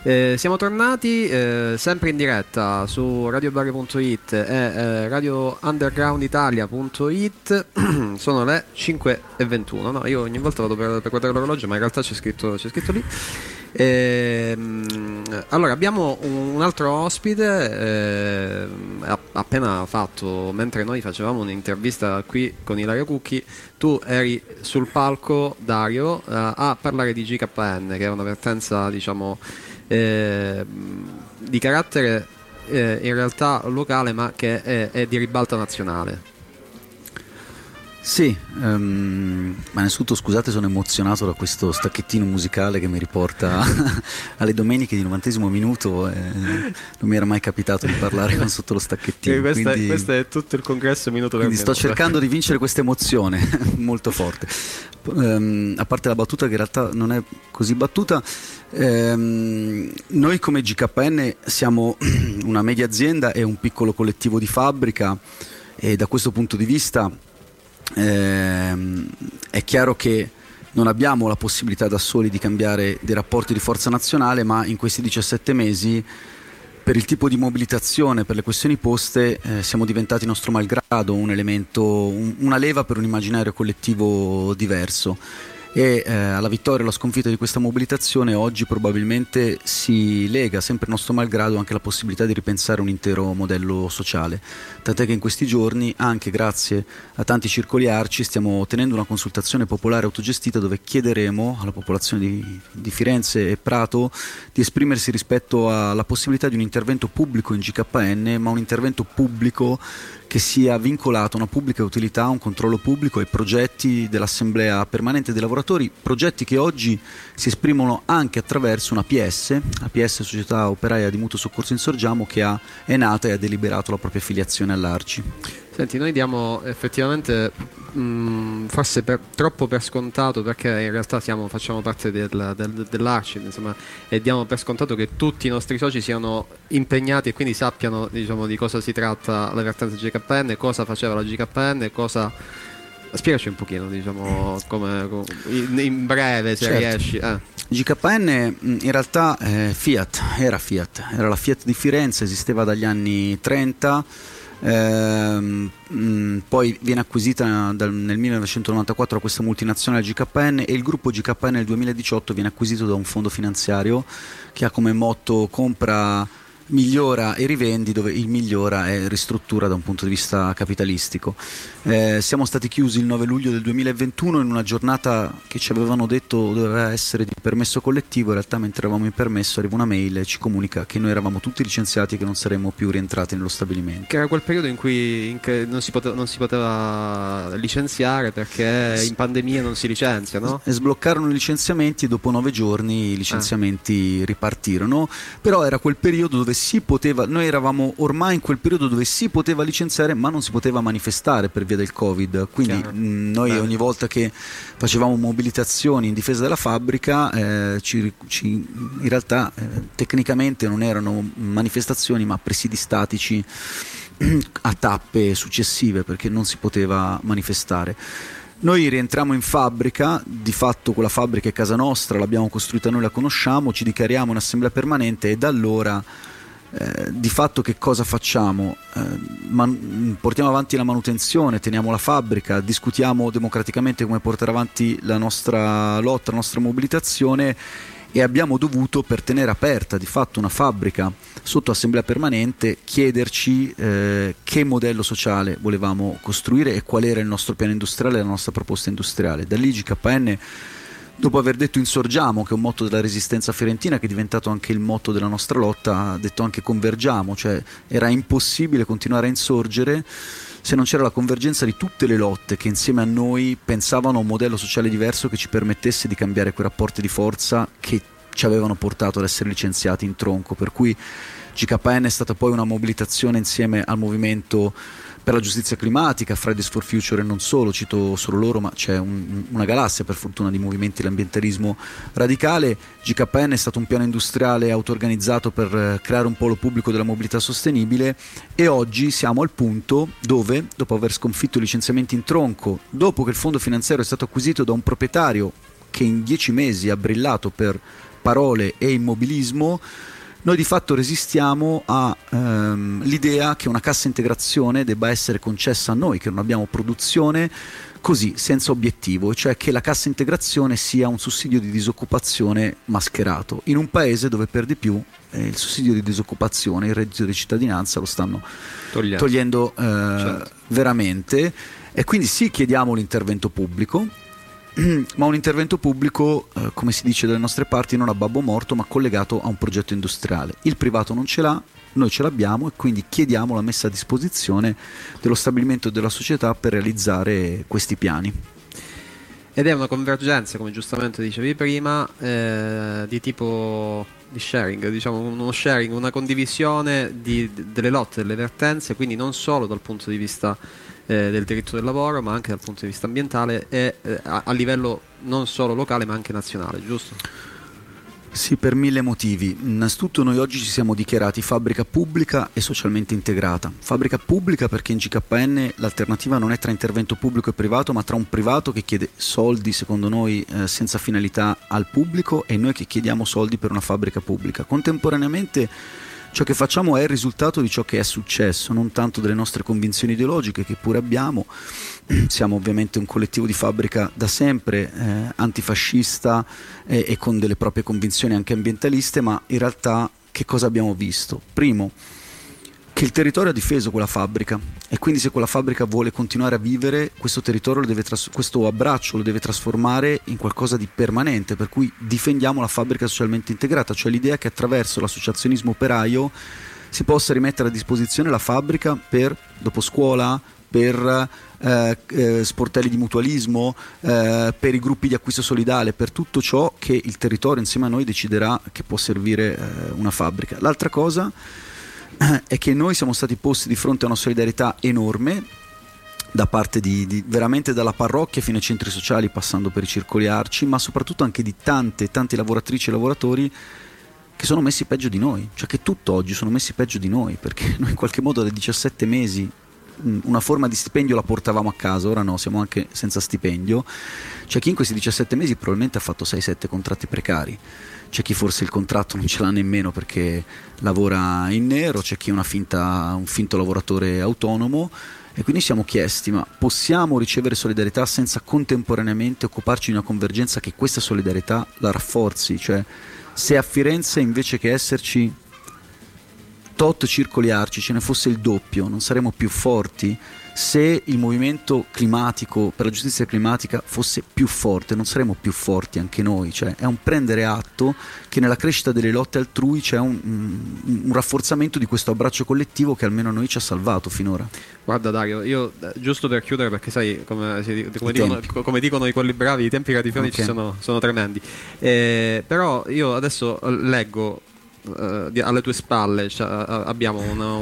Siamo tornati sempre in diretta su radiobarri.it e radioundergrounditalia.it. Sono le 5:21. No, io ogni volta vado per guardare l'orologio, ma in realtà c'è scritto lì. Allora abbiamo un altro ospite appena fatto, mentre noi facevamo un'intervista qui con Ilaria Cucchi. Tu eri sul palco, Dario, a parlare di GKN, che è una vertenza, diciamo, di carattere in realtà locale, ma che è di ribalta nazionale. Sì, ma innanzitutto scusate, sono emozionato da questo stacchettino musicale che mi riporta alle domeniche di 90° minuto. Non mi era mai capitato di parlare con sotto lo stacchettino. Questo è tutto il congresso minuto per minuto. minuto. Sto cercando di vincere questa emozione molto forte. A parte la battuta, che in realtà non è così battuta, noi come GKN siamo una media azienda e un piccolo collettivo di fabbrica, e da questo punto di vista è chiaro che non abbiamo la possibilità da soli di cambiare dei rapporti di forza nazionale, ma in questi 17 mesi, per il tipo di mobilitazione, per le questioni poste, siamo diventati nostro malgrado un elemento, una leva per un immaginario collettivo diverso. E alla vittoria e alla sconfitta di questa mobilitazione oggi probabilmente si lega, sempre nostro malgrado, anche la possibilità di ripensare un intero modello sociale, tant'è che in questi giorni, anche grazie a tanti circoli arci, stiamo tenendo una consultazione popolare autogestita dove chiederemo alla popolazione di Firenze e Prato di esprimersi rispetto alla possibilità di un intervento pubblico in GKN, ma un intervento pubblico che sia vincolato a una pubblica utilità, a un controllo pubblico, ai progetti dell'Assemblea Permanente dei Lavoratori, progetti che oggi si esprimono anche attraverso una APS, APS Società Operaia di Mutuo Soccorso Insorgiamo, che è nata e ha deliberato la propria affiliazione all'Arci. Senti, noi diamo effettivamente forse troppo per scontato, perché in realtà facciamo parte dell'Arci, insomma, e diamo per scontato che tutti i nostri soci siano impegnati e quindi sappiano, diciamo, di cosa si tratta la vertenza GKN, cosa faceva la GKN, spiegaci un pochino, diciamo, in breve, se riesci. GKN in realtà era la Fiat di Firenze, esisteva dagli anni 30. Poi viene acquisita nel 1994 da questa multinazionale GKN, e il gruppo GKN nel 2018 viene acquisito da un fondo finanziario che ha come motto compra, migliora e rivendi, dove il migliora è ristruttura da un punto di vista capitalistico. Siamo stati chiusi il 9 luglio del 2021 in una giornata che ci avevano detto doveva essere di permesso collettivo. In realtà, mentre eravamo in permesso, arriva una mail e ci comunica che noi eravamo tutti licenziati e che non saremmo più rientrati nello stabilimento. Che era quel periodo in cui non si poteva licenziare, perché in pandemia non si licenzia, no? E sbloccarono i licenziamenti e dopo 9 giorni i licenziamenti ripartirono. Però era quel periodo dove noi eravamo ormai in quel periodo dove si poteva licenziare ma non si poteva manifestare per via del Covid, quindi noi ogni volta che facevamo mobilitazioni in difesa della fabbrica in realtà tecnicamente non erano manifestazioni ma presidi statici a tappe successive, perché non si poteva manifestare. Noi rientriamo in fabbrica, di fatto quella fabbrica è casa nostra, l'abbiamo costruita noi, la conosciamo, ci dichiariamo in assemblea permanente, e da allora di fatto che cosa facciamo? Portiamo avanti la manutenzione, teniamo la fabbrica, discutiamo democraticamente come portare avanti la nostra lotta, la nostra mobilitazione, e abbiamo dovuto, per tenere aperta di fatto una fabbrica sotto assemblea permanente, chiederci che modello sociale volevamo costruire e qual era il nostro piano industriale, la nostra proposta industriale. Da lì GKN, dopo aver detto insorgiamo, che è un motto della resistenza fiorentina che è diventato anche il motto della nostra lotta, ha detto anche convergiamo, cioè era impossibile continuare a insorgere se non c'era la convergenza di tutte le lotte che insieme a noi pensavano a un modello sociale diverso che ci permettesse di cambiare quei rapporti di forza che ci avevano portato ad essere licenziati in tronco. Per cui GKN è stata poi una mobilitazione insieme al movimento per la giustizia climatica, Fridays for Future, e non solo, cito solo loro, ma c'è una galassia per fortuna di movimenti dell'ambientalismo radicale. GKN è stato un piano industriale auto-organizzato per creare un polo pubblico della mobilità sostenibile, e oggi siamo al punto dove, dopo aver sconfitto i licenziamenti in tronco, dopo che il fondo finanziario è stato acquisito da un proprietario che in 10 mesi ha brillato per parole e immobilismo, noi di fatto resistiamo all'idea che una cassa integrazione debba essere concessa a noi, che non abbiamo produzione, così, senza obiettivo, cioè che la cassa integrazione sia un sussidio di disoccupazione mascherato, in un paese dove per di più il sussidio di disoccupazione, il reddito di cittadinanza lo stanno togliendo certo. Veramente, e quindi sì, chiediamo l'intervento pubblico, ma un intervento pubblico, come si dice dalle nostre parti, non a babbo morto, ma collegato a un progetto industriale. Il privato non ce l'ha, noi ce l'abbiamo, e quindi chiediamo la messa a disposizione dello stabilimento della società per realizzare questi piani. Ed è una convergenza, come giustamente dicevi prima, di tipo di sharing, diciamo uno sharing, una condivisione delle lotte, delle vertenze, quindi non solo dal punto di vista del diritto del lavoro, ma anche dal punto di vista ambientale e a livello non solo locale ma anche nazionale, giusto? Sì, per 1000 motivi. Innanzitutto noi oggi ci siamo dichiarati fabbrica pubblica e socialmente integrata. Fabbrica pubblica perché in GKN l'alternativa non è tra intervento pubblico e privato, ma tra un privato che chiede soldi, secondo noi, senza finalità al pubblico, e noi che chiediamo soldi per una fabbrica pubblica. Contemporaneamente ciò che facciamo è il risultato di ciò che è successo, non tanto delle nostre convinzioni ideologiche, che pure abbiamo. Siamo ovviamente un collettivo di fabbrica da sempre, antifascista e con delle proprie convinzioni anche ambientaliste, ma in realtà che cosa abbiamo visto? Primo, che il territorio ha difeso quella fabbrica, e quindi se quella fabbrica vuole continuare a vivere, questo territorio questo abbraccio lo deve trasformare in qualcosa di permanente, per cui difendiamo la fabbrica socialmente integrata, cioè l'idea che attraverso l'associazionismo operaio si possa rimettere a disposizione la fabbrica per dopo scuola, per sportelli di mutualismo, per i gruppi di acquisto solidale, per tutto ciò che il territorio insieme a noi deciderà che può servire una fabbrica. L'altra cosa è che noi siamo stati posti di fronte a una solidarietà enorme da parte di veramente dalla parrocchia fino ai centri sociali, passando per i circoli ARCI, ma soprattutto anche di tante lavoratrici e lavoratori che sono messi peggio di noi, cioè che tutt'oggi sono messi peggio di noi, perché noi in qualche modo da 17 mesi una forma di stipendio la portavamo a casa, ora no, siamo anche senza stipendio. C'è chi in questi 17 mesi probabilmente ha fatto 6-7 contratti precari, c'è chi forse il contratto non ce l'ha nemmeno perché lavora in nero, c'è chi è un finto lavoratore autonomo, e quindi siamo chiesti: ma possiamo ricevere solidarietà senza contemporaneamente occuparci di una convergenza che questa solidarietà la rafforzi? Cioè, se a Firenze invece che esserci tot circoli ARCI ce ne fosse il doppio, non saremmo più forti? Se il movimento climatico per la giustizia climatica fosse più forte, non saremmo più forti anche noi? Cioè, è un prendere atto che nella crescita delle lotte altrui c'è un rafforzamento di questo abbraccio collettivo che almeno a noi ci ha salvato finora. Guarda Dario, io giusto per chiudere, perché sai come dicono i quelli bravi, i tempi radiofonici sono tremendi, però io adesso leggo alle tue spalle, cioè, abbiamo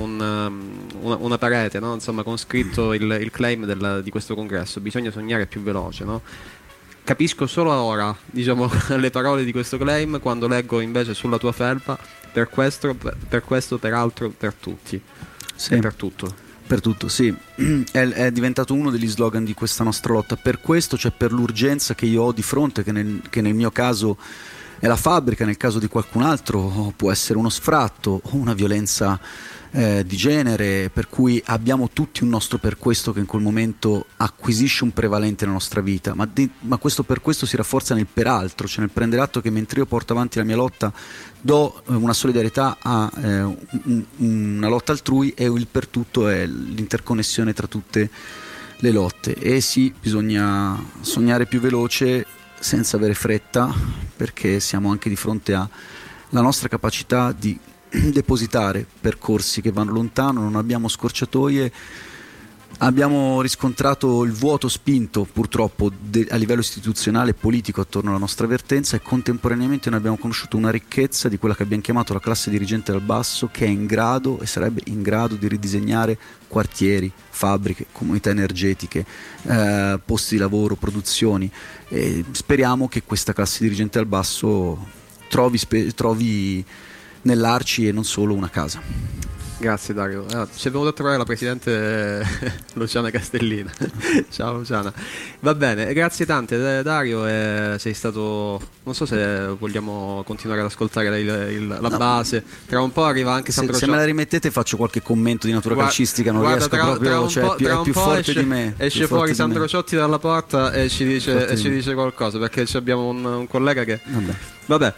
una parete, no? Insomma, con scritto il claim di questo congresso: bisogna sognare più veloce, no? Capisco solo ora, diciamo, le parole di questo claim quando leggo invece sulla tua felpa: per questo, peraltro, per tutti. Sì. E per tutto. Per tutto, sì. È diventato uno degli slogan di questa nostra lotta. Per questo, cioè per l'urgenza che io ho di fronte, che nel mio caso è la fabbrica, nel caso di qualcun altro può essere uno sfratto o una violenza di genere, per cui abbiamo tutti un nostro per questo che in quel momento acquisisce un prevalente nella nostra vita, ma questo per questo si rafforza nel peraltro, cioè nel prendere atto che mentre io porto avanti la mia lotta do una solidarietà a una lotta altrui, e il per tutto è l'interconnessione tra tutte le lotte. E sì, bisogna sognare più veloce senza avere fretta, perché siamo anche di fronte alla nostra capacità di depositare percorsi che vanno lontano, non abbiamo scorciatoie. Abbiamo riscontrato il vuoto spinto purtroppo a livello istituzionale e politico attorno alla nostra vertenza, e contemporaneamente noi abbiamo conosciuto una ricchezza di quella che abbiamo chiamato la classe dirigente dal basso, che è in grado e sarebbe in grado di ridisegnare quartieri, fabbriche, comunità energetiche, posti di lavoro, produzioni, e speriamo che questa classe dirigente dal basso trovi nell'Arci e non solo una casa. Grazie Dario. Ci è venuto a trovare la presidente Luciana Castellina. Ciao Luciana. Va bene, grazie tante Dario. Sei stato. Non so se vogliamo continuare ad ascoltare la base. Tra un po' arriva anche Sandro Se me la rimettete faccio qualche commento di natura calcistica, non riesco proprio, è più forte di me. Esce fuori Sandro Ciotti dalla porta e ci dice qualcosa, perché abbiamo un collega che. Vabbè.